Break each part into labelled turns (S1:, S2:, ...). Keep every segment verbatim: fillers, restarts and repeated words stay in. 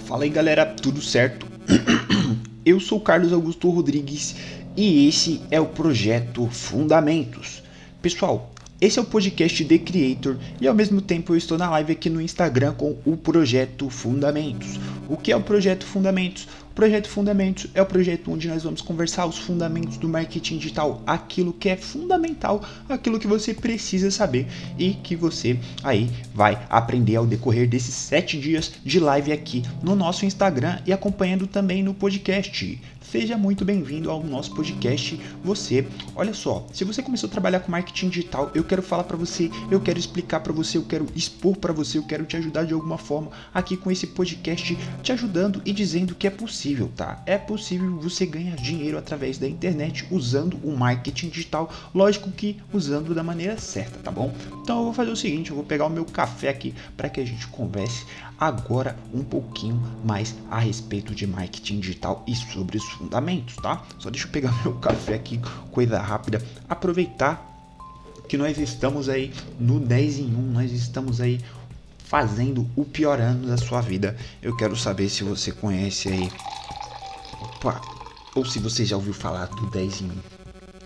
S1: Fala aí galera, tudo certo? Eu sou Carlos Augusto Rodrigues e esse é o Projeto Fundamentos. Pessoal, esse é o podcast The Creator e ao mesmo tempo eu estou na live aqui no Instagram com o Projeto Fundamentos. O que é o Projeto Fundamentos? O Projeto Fundamentos é o projeto onde nós vamos conversar os fundamentos do marketing digital, aquilo que é fundamental, aquilo que você precisa saber e que você aí vai aprender ao decorrer desses sete dias de live aqui no nosso Instagram e acompanhando também no podcast. Seja muito bem-vindo ao nosso podcast. Você, olha só, se você começou a trabalhar com marketing digital, eu quero falar para você, eu quero explicar para você, eu quero expor para você, eu quero te ajudar de alguma forma aqui com esse podcast, te ajudando e dizendo que é possível, tá? É possível você ganhar dinheiro através da internet usando o marketing digital, lógico que usando da maneira certa, tá bom? Então eu vou fazer o seguinte, eu vou pegar o meu café aqui para que a gente converse agora um pouquinho mais a respeito de marketing digital e sobre os fundamentos, tá? Só deixa eu pegar meu café aqui, coisa rápida, aproveitar que nós estamos aí no dez em um, nós estamos aí fazendo o pior ano da sua vida. Eu quero saber se você conhece aí, opa, ou se você já ouviu falar do dez em um.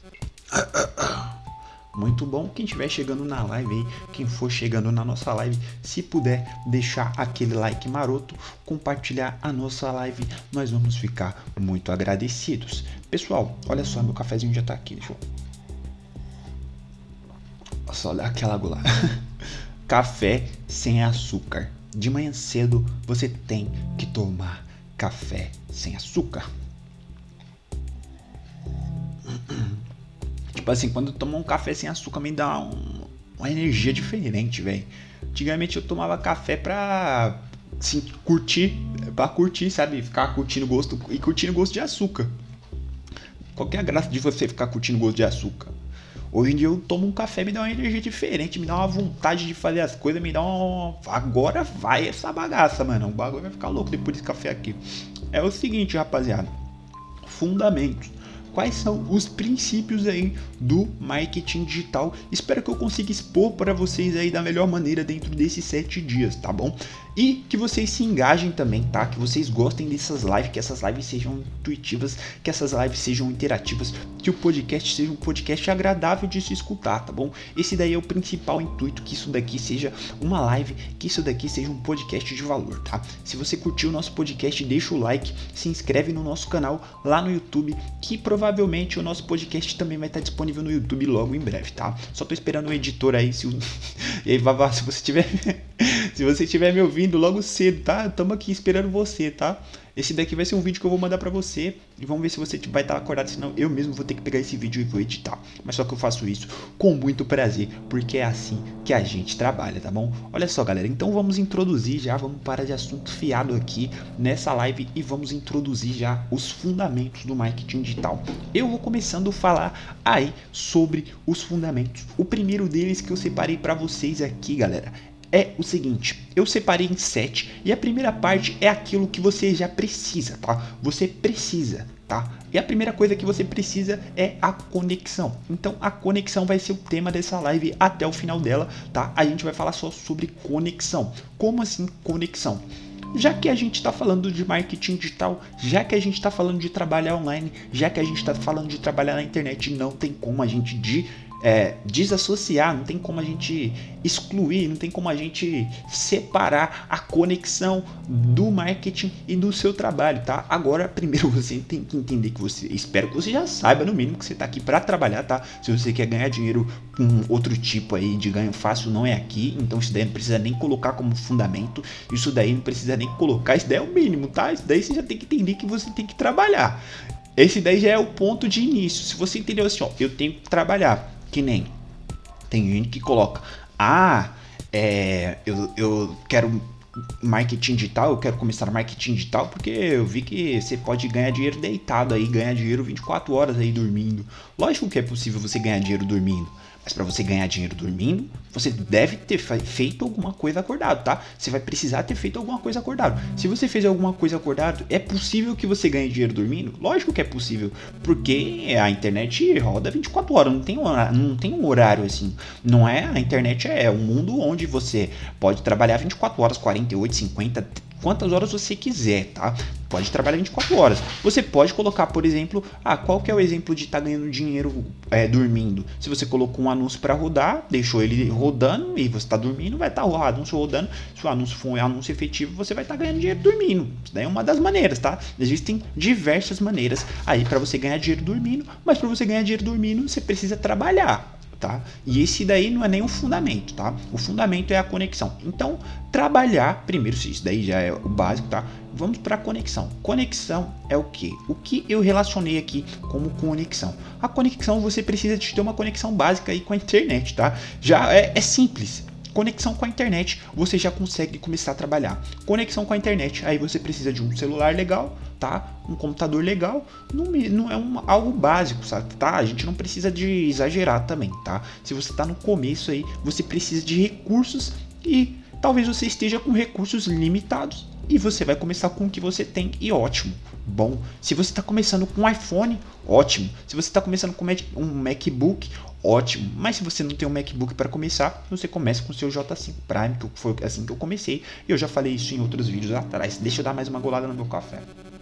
S1: Muito bom, quem estiver chegando na live aí, quem for chegando na nossa live, se puder deixar aquele like maroto, compartilhar a nossa live, nós vamos ficar muito agradecidos. Pessoal, olha só, meu cafezinho já tá aqui, deixa eu... Só olha aquela água lá. Café sem açúcar. De manhã cedo você tem que tomar café sem açúcar. Tipo assim, quando eu tomo um café sem açúcar me dá um, uma energia diferente, velho. Antigamente eu tomava café pra assim, curtir, pra curtir, sabe? Ficar curtindo gosto e curtindo gosto de açúcar. Qual que é a graça de você ficar curtindo gosto de açúcar? Hoje em dia eu tomo um café, me dá uma energia diferente, me dá uma vontade de fazer as coisas, me dá uma... Agora vai essa bagaça, mano. O bagulho vai ficar louco depois desse café aqui. É o seguinte, rapaziada. Fundamentos. Quais são os princípios aí do marketing digital? Espero que eu consiga expor para vocês aí da melhor maneira dentro desses sete dias, tá bom? E que vocês se engajem também, tá? Que vocês gostem dessas lives, que essas lives sejam intuitivas, que essas lives sejam interativas, que o podcast seja um podcast agradável de se escutar, tá bom? Esse daí é o principal intuito, que isso daqui seja uma live, que isso daqui seja um podcast de valor, tá? Se você curtiu o nosso podcast, deixa o like, se inscreve no nosso canal lá no YouTube, que provavelmente Provavelmente o nosso podcast também vai estar disponível no YouTube logo em breve, tá? Só tô esperando o editor aí, se o... E aí, Vavá, se você tiver se você estiver me ouvindo logo cedo, tá? Tamo aqui esperando você, tá? Esse daqui vai ser um vídeo que eu vou mandar pra você e vamos ver se você vai estar acordado, senão eu mesmo vou ter que pegar esse vídeo e vou editar. Mas só que eu faço isso com muito prazer, porque é assim que a gente trabalha, tá bom? Olha só, galera, então vamos introduzir já, vamos parar de assunto fiado aqui nessa live e vamos introduzir já os fundamentos do marketing digital. Eu vou começando a falar aí sobre os fundamentos. O primeiro deles que eu separei pra vocês aqui, galera, é o seguinte, eu separei em sete e a primeira parte é aquilo que você já precisa, tá? Você precisa, tá? E a primeira coisa que você precisa é a conexão. Então a conexão vai ser o tema dessa live até o final dela, tá? A gente vai falar só sobre conexão. Como assim conexão? Já que a gente está falando de marketing digital, já que a gente está falando de trabalhar online, já que a gente está falando de trabalhar na internet, não tem como a gente de É, desassociar, não tem como a gente excluir, não tem como a gente separar a conexão do marketing e do seu trabalho, tá? Agora, primeiro você tem que entender que você, espero que você já saiba no mínimo que você tá aqui para trabalhar, tá? Se você quer ganhar dinheiro com outro tipo aí de ganho fácil, não é aqui, então isso daí não precisa nem colocar como fundamento, isso daí não precisa nem colocar, isso daí é o mínimo, tá? Isso daí você já tem que entender que você tem que trabalhar. Esse daí já é o ponto de início. Se você entendeu assim, ó, eu tenho que trabalhar. Que nem tem gente que coloca, ah, é, eu, eu quero marketing digital, eu quero começar marketing digital porque eu vi que você pode ganhar dinheiro deitado aí, ganhar dinheiro vinte e quatro horas aí dormindo. Lógico que é possível você ganhar dinheiro dormindo, mas para você ganhar dinheiro dormindo, você deve ter feito alguma coisa acordado, tá? Você vai precisar ter feito alguma coisa acordado. Se você fez alguma coisa acordado, é possível que você ganhe dinheiro dormindo? Lógico que é possível, porque a internet roda vinte e quatro horas, não tem um horário, não tem um horário assim. Não é, a internet é um mundo onde você pode trabalhar vinte e quatro horas, quarenta e oito, cinquenta, quantas horas você quiser, tá? Pode trabalhar vinte e quatro horas. Você pode colocar, por exemplo, ah, qual que é o exemplo de estar tá ganhando dinheiro é, dormindo? Se você colocou um anúncio para rodar, deixou ele rodando e você está dormindo, vai estar tá o anúncio rodando. Se o anúncio for um anúncio efetivo, você vai estar tá ganhando dinheiro dormindo. Isso daí é uma das maneiras, tá? Existem diversas maneiras aí para você ganhar dinheiro dormindo, mas para você ganhar dinheiro dormindo, você precisa trabalhar. Tá? E esse daí não é nem o fundamento, tá? O fundamento é a conexão. Então, trabalhar, primeiro, se isso daí já é o básico, tá? Vamos para a conexão. Conexão é o quê? O que eu relacionei aqui como conexão? A conexão, você precisa de ter uma conexão básica aí com a internet, tá? Já é, é simples. Conexão com a internet, você já consegue começar a trabalhar. Conexão com a internet, aí você precisa de um celular legal, tá? Um computador legal, não, não é um, algo básico, sabe? Tá? A gente não precisa de exagerar também, tá? Se você tá no começo aí, você precisa de recursos e talvez você esteja com recursos limitados e você vai começar com o que você tem e ótimo. Bom, se você está começando com um iPhone, ótimo. Se você está começando com um MacBook, ótimo. Mas se você não tem um MacBook para começar, você começa com o seu J cinco Prime, que foi assim que eu comecei. E eu já falei isso em outros vídeos atrás. Deixa eu dar mais uma golada no meu café.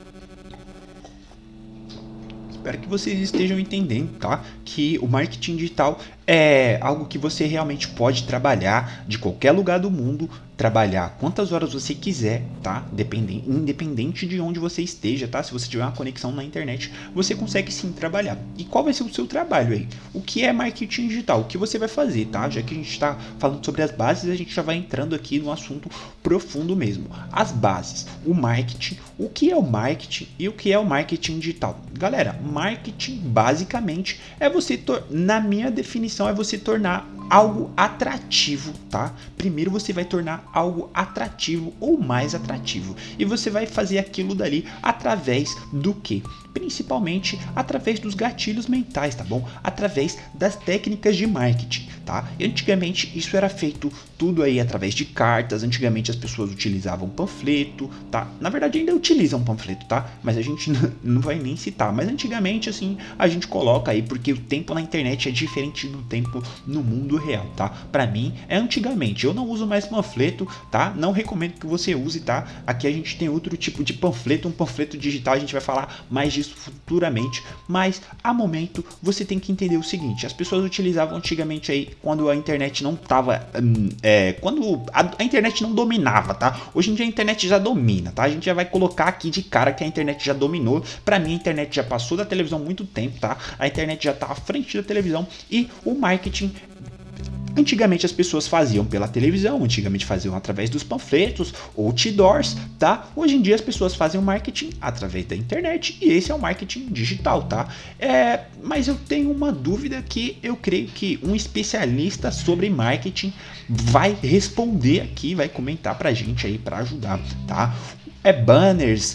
S1: Espero que vocês estejam entendendo, tá? Que o marketing digital é algo que você realmente pode trabalhar de qualquer lugar do mundo, trabalhar quantas horas você quiser, tá? Dependente, independente de onde você esteja, tá? Se você tiver uma conexão na internet, você consegue sim trabalhar. E qual vai ser o seu trabalho aí? O que é marketing digital? O que você vai fazer, tá? Já que a gente está falando sobre as bases, a gente já vai entrando aqui no assunto profundo mesmo. As bases, o marketing, o que é o marketing e o que é o marketing digital? Galera, marketing basicamente é você, na minha definição, é você tornar algo atrativo, tá? Primeiro você vai tornar algo atrativo ou mais atrativo. E você vai fazer aquilo dali através do quê? Principalmente através dos gatilhos mentais, tá bom? Através das técnicas de marketing, tá? E antigamente isso era feito tudo aí através de cartas. Antigamente as pessoas utilizavam panfleto, tá? Na verdade ainda utilizam panfleto, tá? Mas a gente não vai nem citar. Mas antigamente assim a gente coloca aí porque o tempo na internet é diferente do tempo no mundo real, tá? Pra mim é antigamente. Eu não uso mais panfleto, tá? Não recomendo que você use, tá? Aqui a gente tem outro tipo de panfleto, um panfleto digital. A gente vai falar mais disso futuramente, mas a momento você tem que entender o seguinte: as pessoas utilizavam antigamente aí quando a internet não tava hum, é, quando a, a internet não dominava, tá? Hoje em dia a internet já domina, tá? A gente já vai colocar aqui de cara que a internet já dominou. Pra mim a internet já passou da televisão há muito tempo, tá? A internet já tá à frente da televisão e o marketing. Antigamente as pessoas faziam pela televisão, antigamente faziam através dos panfletos, outdoors, tá? Hoje em dia as pessoas fazem o marketing através da internet e esse é o marketing digital, tá? É, mas eu tenho uma dúvida que eu creio que um especialista sobre marketing vai responder aqui, vai comentar pra gente aí pra ajudar, tá? É banners,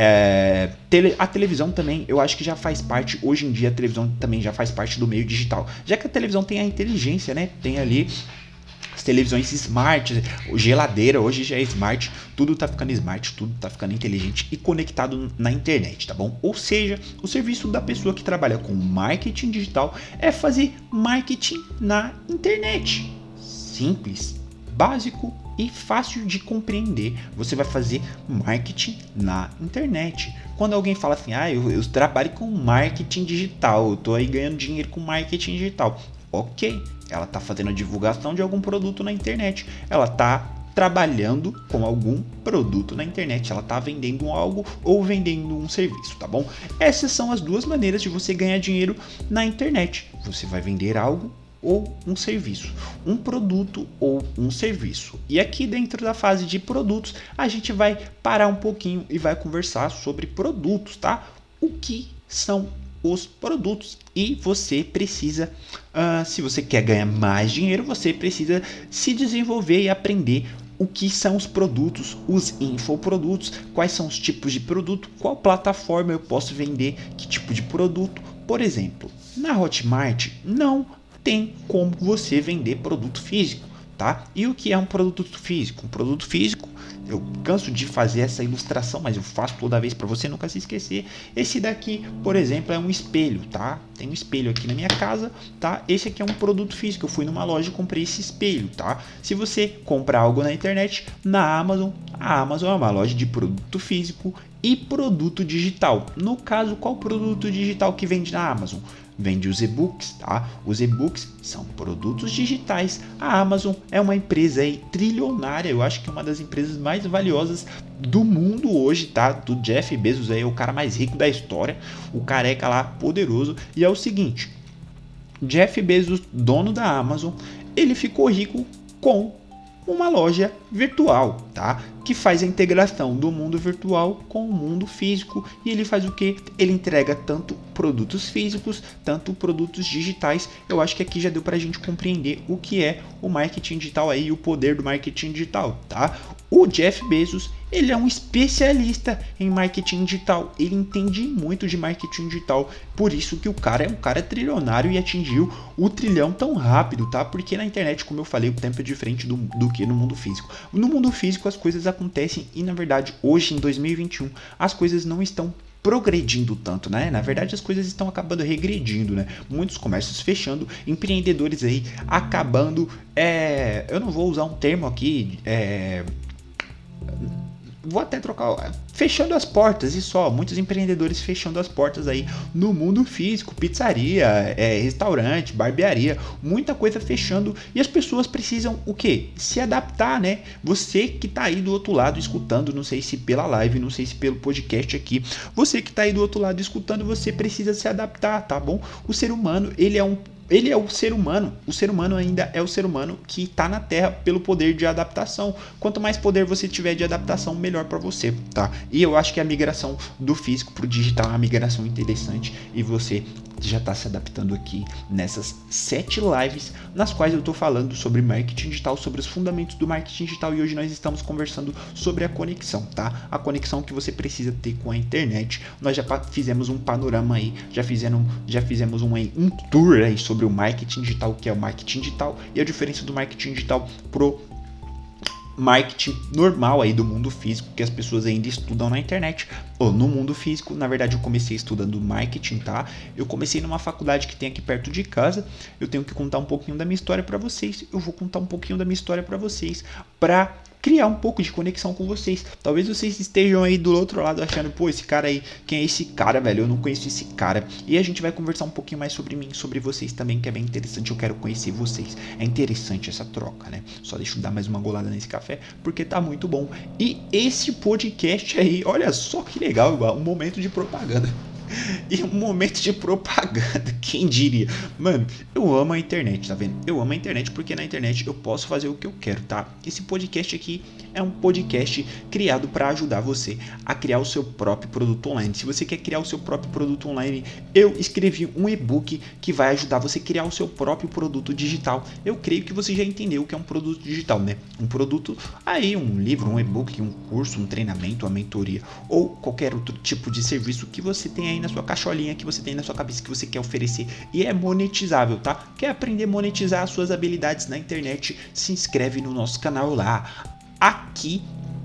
S1: é, tele, a televisão também, eu acho que já faz parte, hoje em dia a televisão também já faz parte do meio digital, já que a televisão tem a inteligência, né? Tem ali as televisões smart, geladeira hoje já é smart, tudo tá ficando smart, tudo tá ficando inteligente e conectado na internet, tá bom? Ou seja, o serviço da pessoa que trabalha com marketing digital é fazer marketing na internet. Simples, básico e fácil de compreender. Você vai fazer marketing na internet. Quando alguém fala assim, ah, eu, eu trabalho com marketing digital, eu tô aí ganhando dinheiro com marketing digital. Ok, ela tá fazendo a divulgação de algum produto na internet. Ela tá trabalhando com algum produto na internet. Ela tá vendendo algo ou vendendo um serviço, tá bom? Essas são as duas maneiras de você ganhar dinheiro na internet. Você vai vender algo ou um serviço, um produto ou um serviço. E aqui dentro da fase de produtos, a gente vai parar um pouquinho e vai conversar sobre produtos, tá? O que são os produtos? E você precisa, uh, se você quer ganhar mais dinheiro, você precisa se desenvolver e aprender o que são os produtos, os infoprodutos, quais são os tipos de produto, qual plataforma eu posso vender, que tipo de produto. Por exemplo, na Hotmart não tem como você vender produto físico, tá? E o que é um produto físico? Um produto físico, eu canso de fazer essa ilustração, mas eu faço toda vez para você nunca se esquecer. Esse daqui, por exemplo, é um espelho, tá? Tem um espelho aqui na minha casa, tá? Esse aqui é um produto físico. Eu fui numa loja e comprei esse espelho, tá? Se você comprar algo na internet, na Amazon, a Amazon é uma loja de produto físico e produto digital. No caso, qual produto digital que vende na Amazon? Vende os e-books, tá? Os e-books são produtos digitais. A Amazon é uma empresa aí trilionária, eu acho que é uma das empresas mais valiosas do mundo hoje, tá? Do Jeff Bezos aí, é o cara mais rico da história, o careca lá, poderoso. E é o seguinte, Jeff Bezos, dono da Amazon, ele ficou rico com uma loja virtual, tá? Que faz a integração do mundo virtual com o mundo físico. E ele faz o que? Ele entrega tanto produtos físicos, tanto produtos digitais. Eu acho que aqui já deu pra gente compreender o que é o marketing digital aí, o poder do marketing digital, tá? O Jeff Bezos, ele é um especialista em marketing digital, ele entende muito de marketing digital, por isso que o cara é um cara trilionário e atingiu o trilhão tão rápido, tá? Porque na internet, como eu falei, o tempo é diferente do, do que no mundo físico. No mundo físico as coisas acontecem e na verdade hoje em dois mil e vinte e um as coisas não estão progredindo tanto, né? Na verdade as coisas estão acabando regredindo, né? Muitos comércios fechando, empreendedores aí acabando, é... eu não vou usar um termo aqui, é... vou até trocar, fechando as portas e só, muitos empreendedores fechando as portas aí no mundo físico, pizzaria, é, restaurante, barbearia, muita coisa fechando e as pessoas precisam o quê? Se adaptar, né? Você que tá aí do outro lado escutando, não sei se pela live, não sei se pelo podcast aqui, você que tá aí do outro lado escutando, você precisa se adaptar, tá bom? O ser humano, ele é um Ele é o ser humano, o ser humano ainda é o ser humano que está na Terra pelo poder de adaptação. Quanto mais poder você tiver de adaptação, melhor para você, tá? E eu acho que a migração do físico para o digital é uma migração interessante e você já está se adaptando aqui nessas sete lives nas quais eu estou falando sobre marketing digital, sobre os fundamentos do marketing digital e hoje nós estamos conversando sobre a conexão, tá? A conexão que você precisa ter com a internet. Nós já fizemos um panorama aí, já fizemos, já fizemos um, um tour aí sobre o marketing digital, que é o marketing digital e a diferença do marketing digital pro marketing normal aí do mundo físico que as pessoas ainda estudam na internet ou no mundo físico. Na verdade eu comecei estudando marketing, tá? Eu comecei numa faculdade que tem aqui perto de casa. Eu tenho que contar um pouquinho da minha história para vocês. Eu vou contar um pouquinho da minha história para vocês para criar um pouco de conexão com vocês. Talvez vocês estejam aí do outro lado achando, pô, esse cara aí, quem é esse cara, velho? Eu não conheço esse cara. E a gente vai conversar um pouquinho mais sobre mim, sobre vocês também, que é bem interessante. Eu quero conhecer vocês. É interessante essa troca, né? Só deixa eu dar mais uma golada nesse café, porque tá muito bom. E esse podcast aí, olha só que legal, igual um momento de propaganda. E um momento de propaganda, quem diria? Mano, eu amo a internet, tá vendo? Eu amo a internet porque na internet eu posso fazer o que eu quero, tá? Esse podcast aqui é um podcast criado para ajudar você a criar o seu próprio produto online. Se você quer criar o seu próprio produto online, eu escrevi um e-book que vai ajudar você a criar o seu próprio produto digital. Eu creio que você já entendeu o que é um produto digital, né? Um produto aí, um livro, um e-book, um curso, um treinamento, uma mentoria ou qualquer outro tipo de serviço que você tem aí na sua caixolinha, que você tem na sua cabeça, que você quer oferecer e é monetizável, tá? Quer aprender a monetizar as suas habilidades na internet? Se inscreve no nosso canal lá. Aqui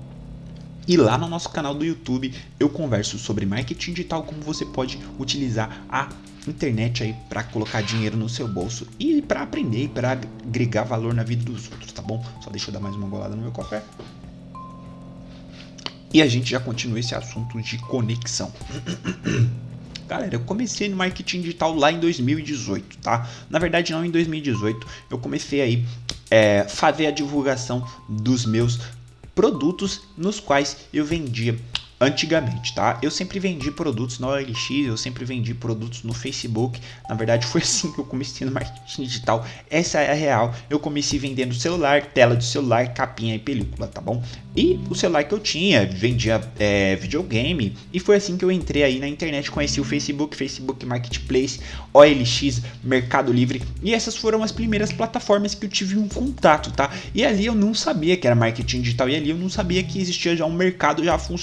S1: e lá no nosso canal do YouTube eu converso sobre marketing digital, como você pode utilizar a internet aí para colocar dinheiro no seu bolso e para aprender e para agregar valor na vida dos outros, tá bom? Só deixa eu dar mais uma golada no meu café. E a gente já continua esse assunto de conexão. Galera, eu comecei no marketing digital lá em dois mil e dezoito, tá? Na verdade não em dois mil e dezoito, eu comecei aí é, fazer a divulgação dos meus produtos nos quais eu vendia antigamente, tá? Eu sempre vendi produtos na O L X, eu sempre vendi produtos no Facebook. Na verdade foi assim que eu comecei no marketing digital. Essa é a real. Eu comecei vendendo celular, tela de celular, capinha e película, tá bom? E o celular que eu tinha, vendia é, videogame. E foi assim que eu entrei aí na internet, conheci o Facebook, Facebook Marketplace, O L X, Mercado Livre. E essas foram as primeiras plataformas que eu tive um contato, tá? E ali eu não sabia que era marketing digital. E ali eu não sabia que existia já um mercado já funcionando ali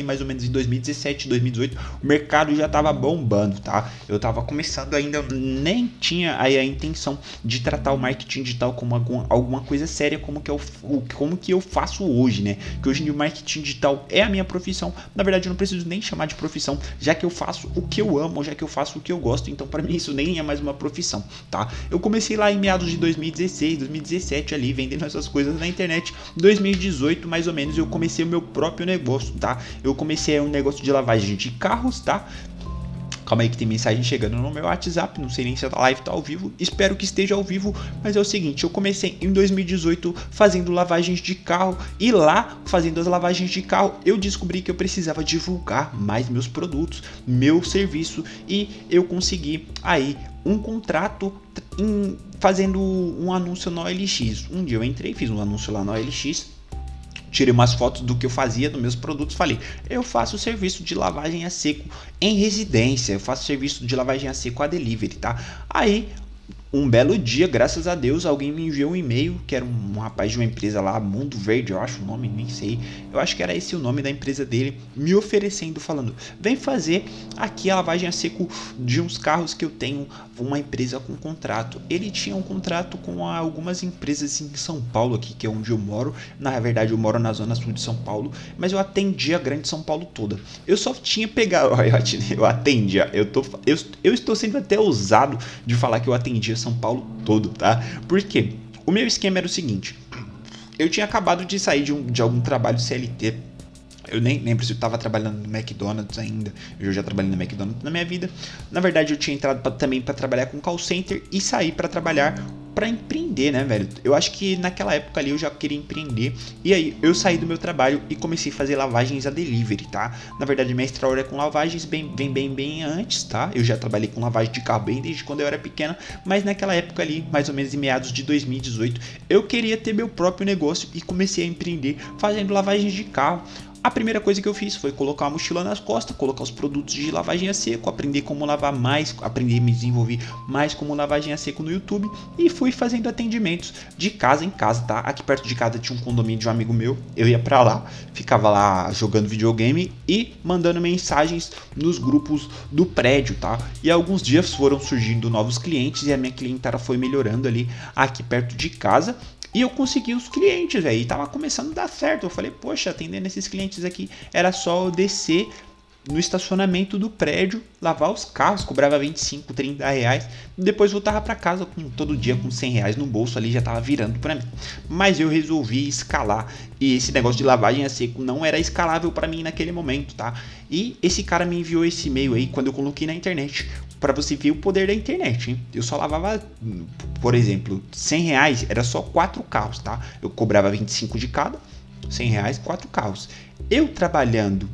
S1: ali mais ou menos em dois mil e dezessete, dois mil e dezoito, o mercado já tava bombando, tá? Eu tava começando ainda, eu nem tinha aí a intenção de tratar o marketing digital como alguma, alguma coisa séria, como que, eu, como que eu faço hoje, né? Que hoje em dia o marketing digital é a minha profissão. Na verdade, eu não preciso nem chamar de profissão, já que eu faço o que eu amo, já que eu faço o que eu gosto, então para mim isso nem é mais uma profissão, tá? Eu comecei lá em meados de dois mil e dezesseis, dois mil e dezessete ali, vendendo essas coisas na internet. dois mil e dezoito, mais ou menos, eu comecei o meu próprio negócio, tá? Eu comecei um negócio de lavagem de carros, tá? Calma aí que tem mensagem chegando no meu WhatsApp, não sei nem se a live tá ao vivo, espero que esteja ao vivo, mas é o seguinte, eu comecei em dois mil e dezoito fazendo lavagens de carro e lá, fazendo as lavagens de carro, eu descobri que eu precisava divulgar mais meus produtos, meu serviço, e eu consegui aí um contrato em, fazendo um anúncio na O L X. Um dia eu entrei, fiz um anúncio lá na O L X, tirei umas fotos do que eu fazia dos meus produtos, falei, eu faço serviço de lavagem a seco em residência, eu faço serviço de lavagem a seco a delivery, tá? Aí, um belo dia, graças a Deus, alguém me enviou um e-mail, que era um, um rapaz de uma empresa lá, Mundo Verde, eu acho o nome, nem sei, eu acho que era esse o nome da empresa dele, me oferecendo, falando, vem fazer aqui a lavagem a seco de uns carros que eu tenho, uma empresa com contrato. Ele tinha um contrato com algumas empresas em São Paulo aqui, que é onde eu moro, na verdade eu moro na zona sul de São Paulo, mas eu atendia a grande São Paulo toda. Eu só tinha pegado, eu atendia, eu, tô, eu, eu estou sendo até ousado de falar que eu atendia São Paulo todo, tá? Por quê? O meu esquema era o seguinte, eu tinha acabado de sair de, um, de algum trabalho C L T, eu nem lembro se eu estava trabalhando no McDonald's ainda, eu já trabalhei no McDonald's na minha vida, na verdade eu tinha entrado pra, também para trabalhar com call center e saí para trabalhar para empreender, né, velho? Eu acho que naquela época ali eu já queria empreender. E aí eu saí do meu trabalho e comecei a fazer lavagens a delivery, tá? Na verdade, minha história é com lavagens bem, bem, bem, bem antes, tá? Eu já trabalhei com lavagem de carro bem desde quando eu era pequena, mas naquela época ali, mais ou menos em meados de dois mil e dezoito, eu queria ter meu próprio negócio e comecei a empreender fazendo lavagens de carro. A primeira coisa que eu fiz foi colocar uma mochila nas costas, colocar os produtos de lavagem a seco, aprender como lavar mais, aprender a me desenvolver mais como lavagem a seco no YouTube e fui fazendo atendimentos de casa em casa, tá? Aqui perto de casa tinha um condomínio de um amigo meu, eu ia pra lá, ficava lá jogando videogame e mandando mensagens nos grupos do prédio, tá? E alguns dias foram surgindo novos clientes e a minha clientela foi melhorando ali aqui perto de casa. E eu consegui os clientes, velho, e tava começando a dar certo. Eu falei, poxa, atendendo esses clientes aqui, era só eu descer no estacionamento do prédio, lavar os carros, cobrava vinte e cinco, trinta reais, depois voltava para casa com, todo dia com cem reais no bolso ali, já tava virando para mim. Mas eu resolvi escalar e esse negócio de lavagem a seco não era escalável para mim naquele momento, tá? E esse cara me enviou esse e-mail aí quando eu coloquei na internet, para você ver o poder da internet, hein? Eu só lavava, por exemplo, cem reais, era só quatro carros, tá? Eu cobrava vinte e cinco de cada, cem reais, quatro carros. Eu trabalhando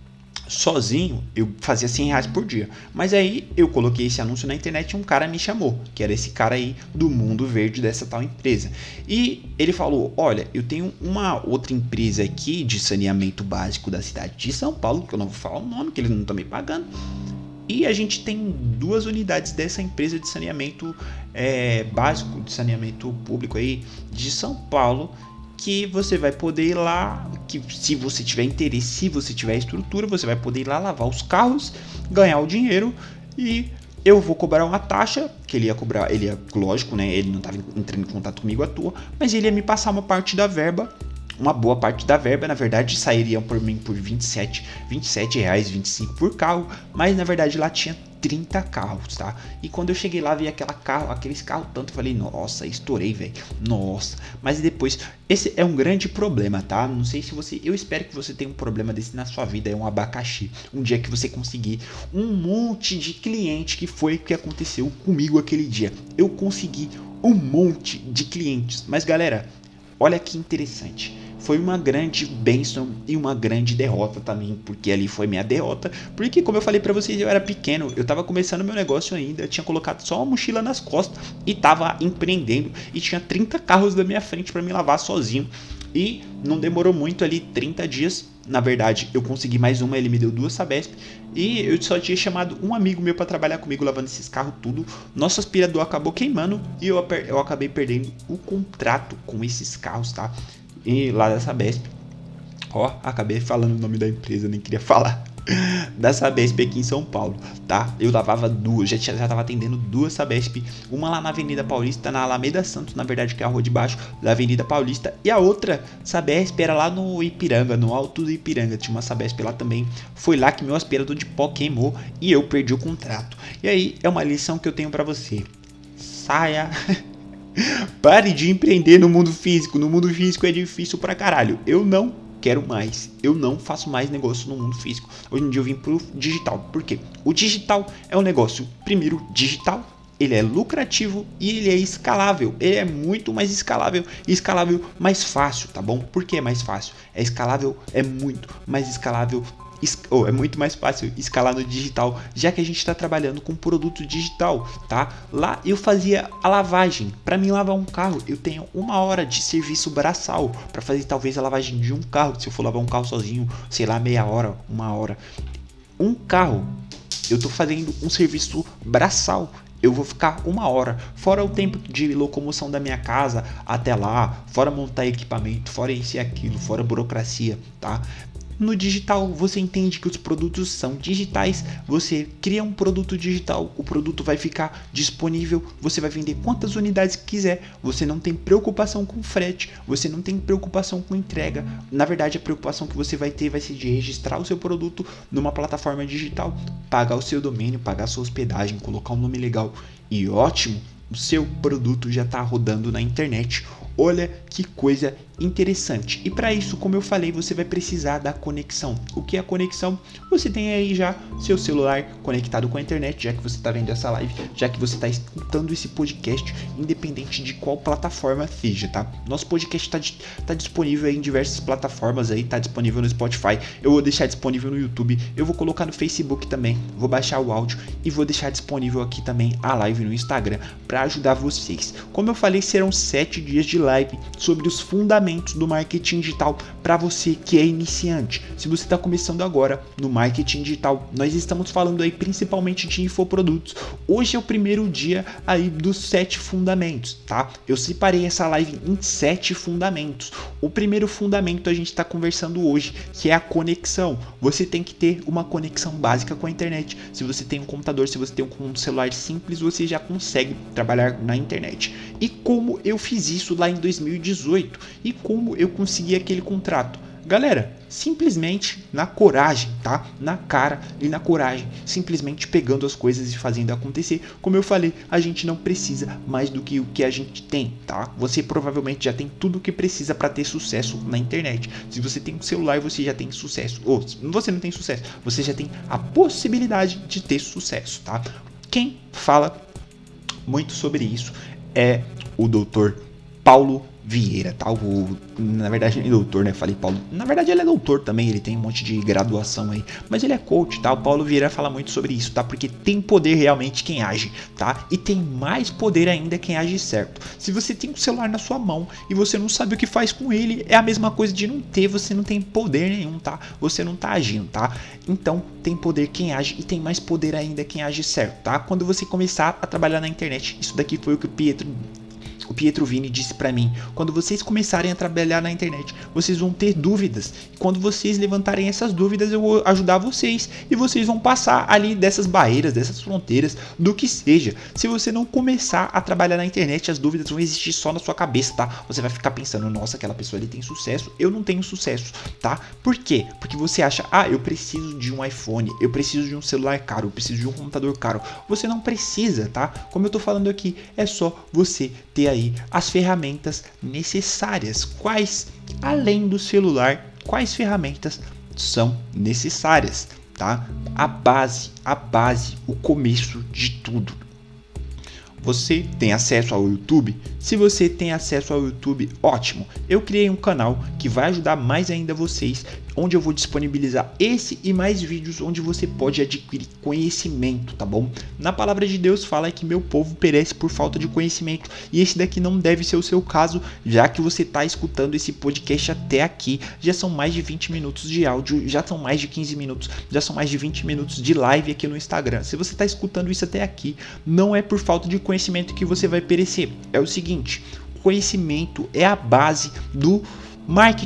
S1: sozinho, eu fazia cem reais por dia. Mas aí eu coloquei esse anúncio na internet e um cara me chamou, que era esse cara aí do Mundo Verde dessa tal empresa. E ele falou, olha, eu tenho uma outra empresa aqui de saneamento básico da cidade de São Paulo, que eu não vou falar o nome, que eles não estão me pagando. E a gente tem duas unidades dessa empresa de saneamento é, básico, de saneamento público aí de São Paulo, que você vai poder ir lá, que se você tiver interesse, se você tiver estrutura, você vai poder ir lá lavar os carros, ganhar o dinheiro e eu vou cobrar uma taxa, que ele ia cobrar, ele ia, lógico, né, ele não estava entrando em contato comigo à toa, mas ele ia me passar uma parte da verba, uma boa parte da verba, na verdade, sairiam por mim por vinte e sete, vinte e sete reais, vinte e cinco por carro, mas na verdade lá tinha trinta carros, tá? E quando eu cheguei lá, vi aquela carro, aqueles carros tanto, eu falei, nossa, estourei, velho, nossa. Mas depois, esse é um grande problema, tá? Não sei se você, eu espero que você tenha um problema desse na sua vida, é um abacaxi. Um dia que você conseguir um monte de cliente, que foi o que aconteceu comigo aquele dia. Eu consegui um monte de clientes, mas galera, olha que interessante. Foi uma grande bênção e uma grande derrota também, porque ali foi minha derrota, porque como eu falei pra vocês, eu era pequeno, eu tava começando meu negócio ainda, eu tinha colocado só uma mochila nas costas e tava empreendendo e tinha trinta carros da minha frente pra me lavar sozinho. E não demorou muito ali, trinta dias, na verdade eu consegui mais uma, ele me deu duas Sabesp e eu só tinha chamado um amigo meu pra trabalhar comigo lavando esses carros tudo, nosso aspirador acabou queimando e eu, eu acabei perdendo o contrato com esses carros, tá? E lá da Sabesp. Ó, acabei falando o nome da empresa, nem queria falar. Da Sabesp aqui em São Paulo, tá? Eu lavava duas, já, já tava atendendo duas Sabesp, uma lá na Avenida Paulista, na Alameda Santos, na verdade, que é a rua de baixo da Avenida Paulista, e a outra Sabesp era lá no Ipiranga, no alto do Ipiranga, tinha uma Sabesp lá também. Foi lá que meu aspirador de pó queimou e eu perdi o contrato. E aí é uma lição que eu tenho pra você: saia. Pare de empreender no mundo físico. No mundo físico é difícil pra caralho. Eu não quero mais. Eu não faço mais negócio no mundo físico. Hoje em dia eu vim pro digital. Por quê? O digital é um negócio, primeiro, digital. Ele é lucrativo e ele é escalável. Ele é muito mais escalável e escalável mais fácil, tá bom? Por que é mais fácil? É escalável, é muito mais escalável. Oh, é muito mais fácil escalar no digital, já que a gente está trabalhando com produto digital, tá? Lá eu fazia a lavagem. Para mim lavar um carro, eu tenho uma hora de serviço braçal para fazer talvez a lavagem de um carro. Se eu for lavar um carro sozinho, sei lá, meia hora, uma hora. Um carro, eu tô fazendo um serviço braçal. Eu vou ficar uma hora, fora o tempo de locomoção da minha casa até lá, fora montar equipamento, fora isso e aquilo, fora burocracia, tá? No digital, você entende que os produtos são digitais, você cria um produto digital, o produto vai ficar disponível, você vai vender quantas unidades quiser, você não tem preocupação com frete, você não tem preocupação com entrega. Na verdade, a preocupação que você vai ter vai ser de registrar o seu produto numa plataforma digital, pagar o seu domínio, pagar a sua hospedagem, colocar um nome legal e ótimo, o seu produto já está rodando na internet. Olha que coisa interessante. E para isso, como eu falei, você vai precisar da conexão. O que é a conexão? Você tem aí já seu celular conectado com a internet, já que você está vendo essa live, já que você está escutando esse podcast, independente de qual plataforma seja, tá? Nosso podcast está tá disponível aí em diversas plataformas aí, tá disponível no Spotify, eu vou deixar disponível no YouTube, eu vou colocar no Facebook também, vou baixar o áudio e vou deixar disponível aqui também a live no Instagram para ajudar vocês. Como eu falei, serão sete dias de live sobre os fundamentos do marketing digital para você que é iniciante. Se você está começando agora no marketing digital, nós estamos falando aí principalmente de infoprodutos. Hoje é o primeiro dia aí dos sete fundamentos, tá? Eu separei essa live em sete fundamentos. O primeiro fundamento a gente está conversando hoje, que é a conexão. Você tem que ter uma conexão básica com a internet. Se você tem um computador, se você tem um celular simples, você já consegue trabalhar na internet. E como eu fiz isso lá em dois mil e dezoito e como eu consegui aquele contrato? Galera, simplesmente na coragem, tá? Na cara e na coragem, simplesmente pegando as coisas e fazendo acontecer. Como eu falei, a gente não precisa mais do que o que a gente tem, tá? Você provavelmente já tem tudo o que precisa para ter sucesso na internet. Se você tem um celular, você já tem sucesso. Ou você não tem sucesso, você já tem a possibilidade de ter sucesso, tá? Quem fala muito sobre isso é o doutor Paulo Vieira, tá? O, na verdade ele é doutor, né? Falei Paulo. Na verdade ele é doutor também, ele tem um monte de graduação aí, mas ele é coach, tá? O Paulo Vieira fala muito sobre isso, tá? Porque tem poder realmente quem age, tá? E tem mais poder ainda quem age certo. Se você tem um celular na sua mão e você não sabe o que faz com ele, é a mesma coisa de não ter, você não tem poder nenhum, tá? Você não tá agindo, tá? Então tem poder quem age e tem mais poder ainda quem age certo, tá? Quando você começar a trabalhar na internet, isso daqui foi o que o Pietro O Pietro Vini disse pra mim: quando vocês começarem a trabalhar na internet, vocês vão ter dúvidas. Quando vocês levantarem essas dúvidas, eu vou ajudar vocês e vocês vão passar ali dessas barreiras, dessas fronteiras, do que seja. Se você não começar a trabalhar na internet, as dúvidas vão existir só na sua cabeça, tá? Você vai ficar pensando: nossa, aquela pessoa ali tem sucesso, eu não tenho sucesso, tá? Por quê? Porque você acha: ah, eu preciso de um iPhone, eu preciso de um celular caro, eu preciso de um computador caro. Você não precisa, tá? Como eu tô falando aqui, é só você ter aí as ferramentas necessárias. Quais, além do celular, quais ferramentas são necessárias, tá? A base, a base, o começo de tudo. Você tem acesso ao YouTube? Se você tem acesso ao YouTube, ótimo! Eu criei um canal que vai ajudar mais ainda vocês, onde eu vou disponibilizar esse e mais vídeos onde você pode adquirir conhecimento, tá bom? Na palavra de Deus fala que meu povo perece por falta de conhecimento, e esse daqui não deve ser o seu caso, já que você está escutando esse podcast até aqui. Já são mais de vinte minutos de áudio, já são mais de quinze minutos, já são mais de vinte minutos de live aqui no Instagram. Se você está escutando isso até aqui, não é por falta de conhecimento que você vai perecer. É o seguinte: conhecimento é a base do marketing.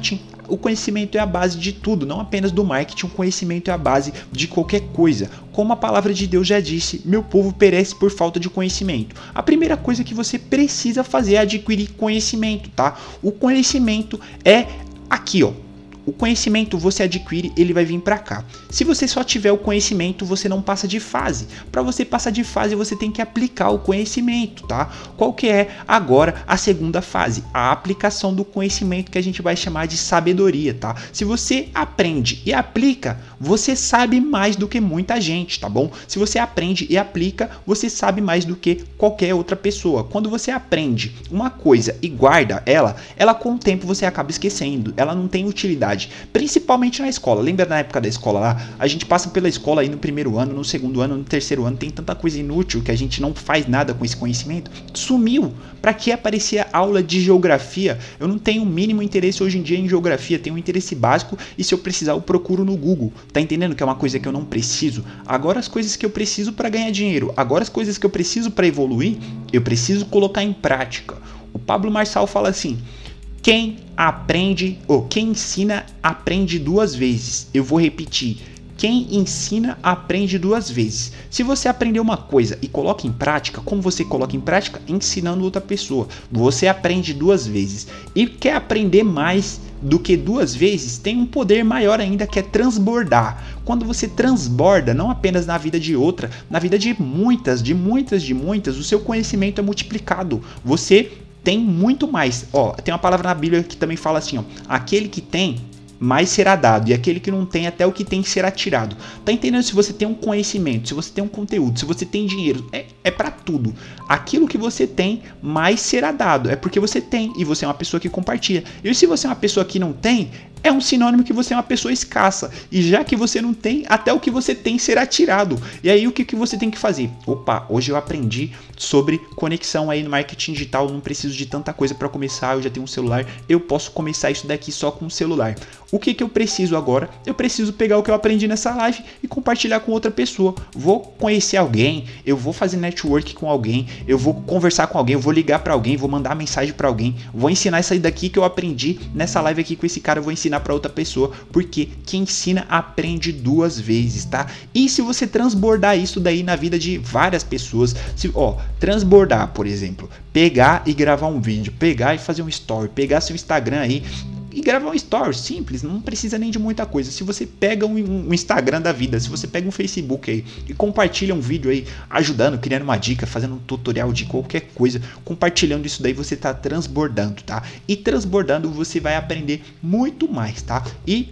S1: o conhecimento é a base de tudo, não apenas do marketing, o conhecimento é a base de qualquer coisa. Como a palavra de Deus já disse, meu povo perece por falta de conhecimento. A primeira coisa que você precisa fazer é adquirir conhecimento, tá? O conhecimento é aqui, ó. O conhecimento você adquire, ele vai vir para cá. Se você só tiver o conhecimento, você não passa de fase. Para você passar de fase, você tem que aplicar o conhecimento, tá? Qual que é agora a segunda fase? A aplicação do conhecimento, que a gente vai chamar de sabedoria, tá? Se você aprende e aplica, você sabe mais do que muita gente, tá bom? Se você aprende e aplica, você sabe mais do que qualquer outra pessoa. Quando você aprende uma coisa e guarda ela, ela com o tempo você acaba esquecendo. Ela não tem utilidade. Principalmente na escola. Lembra na época da escola lá? A gente passa pela escola aí no primeiro ano, no segundo ano, no terceiro ano, tem tanta coisa inútil que a gente não faz nada com esse conhecimento. Sumiu. Pra que aparecia aula de geografia? Eu não tenho o mínimo interesse hoje em dia em geografia, tenho um interesse básico e se eu precisar eu procuro no Google. Tá entendendo que é uma coisa que eu não preciso? Agora as coisas que eu preciso para ganhar dinheiro, agora as coisas que eu preciso para evoluir, eu preciso colocar em prática. O Pablo Marçal fala assim: quem aprende, ou quem ensina, aprende duas vezes. Eu vou repetir. Quem ensina, aprende duas vezes. Se você aprender uma coisa e coloca em prática, como você coloca em prática? Ensinando outra pessoa. Você aprende duas vezes. E quer aprender mais do que duas vezes? Tem um poder maior ainda, que é transbordar. Quando você transborda, não apenas na vida de outra, na vida de muitas, de muitas, de muitas, o seu conhecimento é multiplicado. Você tem muito mais. Ó, tem uma palavra na Bíblia que também fala assim, ó: aquele que tem, mais será dado, e aquele que não tem, até o que tem será tirado. Tá entendendo? Se você tem um conhecimento, se você tem um conteúdo, se você tem dinheiro, é, é para tudo. Aquilo que você tem, mais será dado. É porque você tem, e você é uma pessoa que compartilha. E se você é uma pessoa que não tem, é um sinônimo que você é uma pessoa escassa. E já que você não tem, até o que você tem será tirado. E aí o que, que você tem que fazer? Opa, hoje eu aprendi sobre conexão aí no marketing digital. Não preciso de tanta coisa para começar. Eu já tenho um celular. Eu posso começar isso daqui só com o celular. O que, que eu preciso agora? Eu preciso pegar o que eu aprendi nessa live e compartilhar com outra pessoa. Vou conhecer alguém. Eu vou fazer network com alguém. Eu vou conversar com alguém. Eu vou ligar para alguém. Vou mandar mensagem para alguém. Vou ensinar isso aí daqui que eu aprendi nessa live aqui com esse cara. Eu vou ensinar para outra pessoa, porque quem ensina aprende duas vezes, tá? E se você transbordar isso daí na vida de várias pessoas, se, ó, transbordar, por exemplo, pegar e gravar um vídeo, pegar e fazer um story, pegar seu Instagram aí e gravar um story simples, não precisa nem de muita coisa. Se você pega um, um Instagram da vida, se você pega um Facebook aí e compartilha um vídeo aí, ajudando, criando uma dica, fazendo um tutorial de qualquer coisa, compartilhando isso daí, você tá transbordando, tá? E transbordando você vai aprender muito mais, tá? E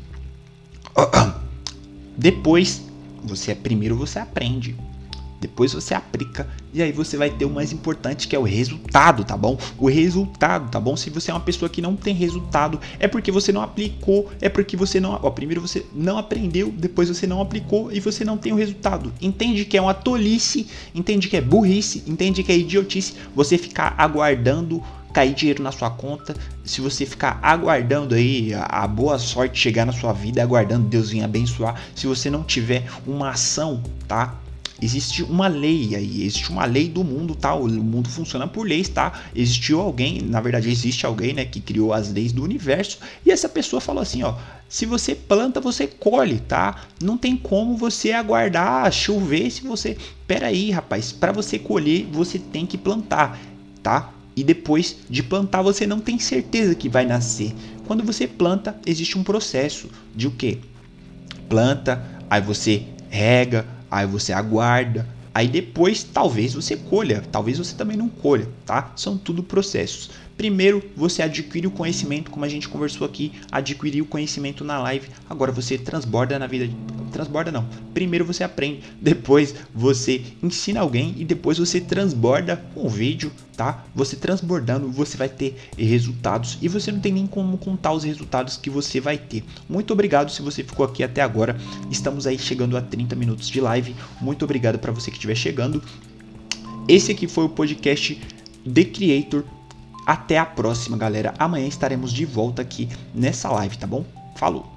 S1: depois, você primeiro você aprende, depois você aplica e aí você vai ter o mais importante, que é o resultado, tá bom? O resultado, tá bom? Se você é uma pessoa que não tem resultado, é porque você não aplicou, é porque você não... Ó, primeiro você não aprendeu, depois você não aplicou e você não tem o resultado. Entende que é uma tolice, entende que é burrice, entende que é idiotice você ficar aguardando cair dinheiro na sua conta, se você ficar aguardando aí a, a boa sorte chegar na sua vida, aguardando Deus vir abençoar, se você não tiver uma ação, tá? Existe uma lei aí, existe uma lei do mundo, tá? O mundo funciona por leis, tá? Existiu alguém, na verdade existe alguém, né, que criou as leis do universo, e essa pessoa falou assim, ó: se você planta, você colhe, tá? Não tem como você aguardar chover se você... Pera aí, rapaz, para você colher, você tem que plantar, tá? E depois de plantar, você não tem certeza que vai nascer. Quando você planta, existe um processo de o quê? Planta, aí você rega, aí você aguarda, aí depois talvez você colha, talvez você também não colha, tá? São tudo processos. Primeiro você adquire o conhecimento, como a gente conversou aqui, adquirir o conhecimento na live, agora você transborda na vida, transborda não, primeiro você aprende, depois você ensina alguém e depois você transborda um vídeo, tá? Você transbordando, você vai ter resultados e você não tem nem como contar os resultados que você vai ter. Muito obrigado se você ficou aqui até agora, estamos aí chegando a trinta minutos de live, muito obrigado para você que estiver chegando. Esse aqui foi o podcast The Creator. Até a próxima, galera. Amanhã estaremos de volta aqui nessa live, tá bom? Falou!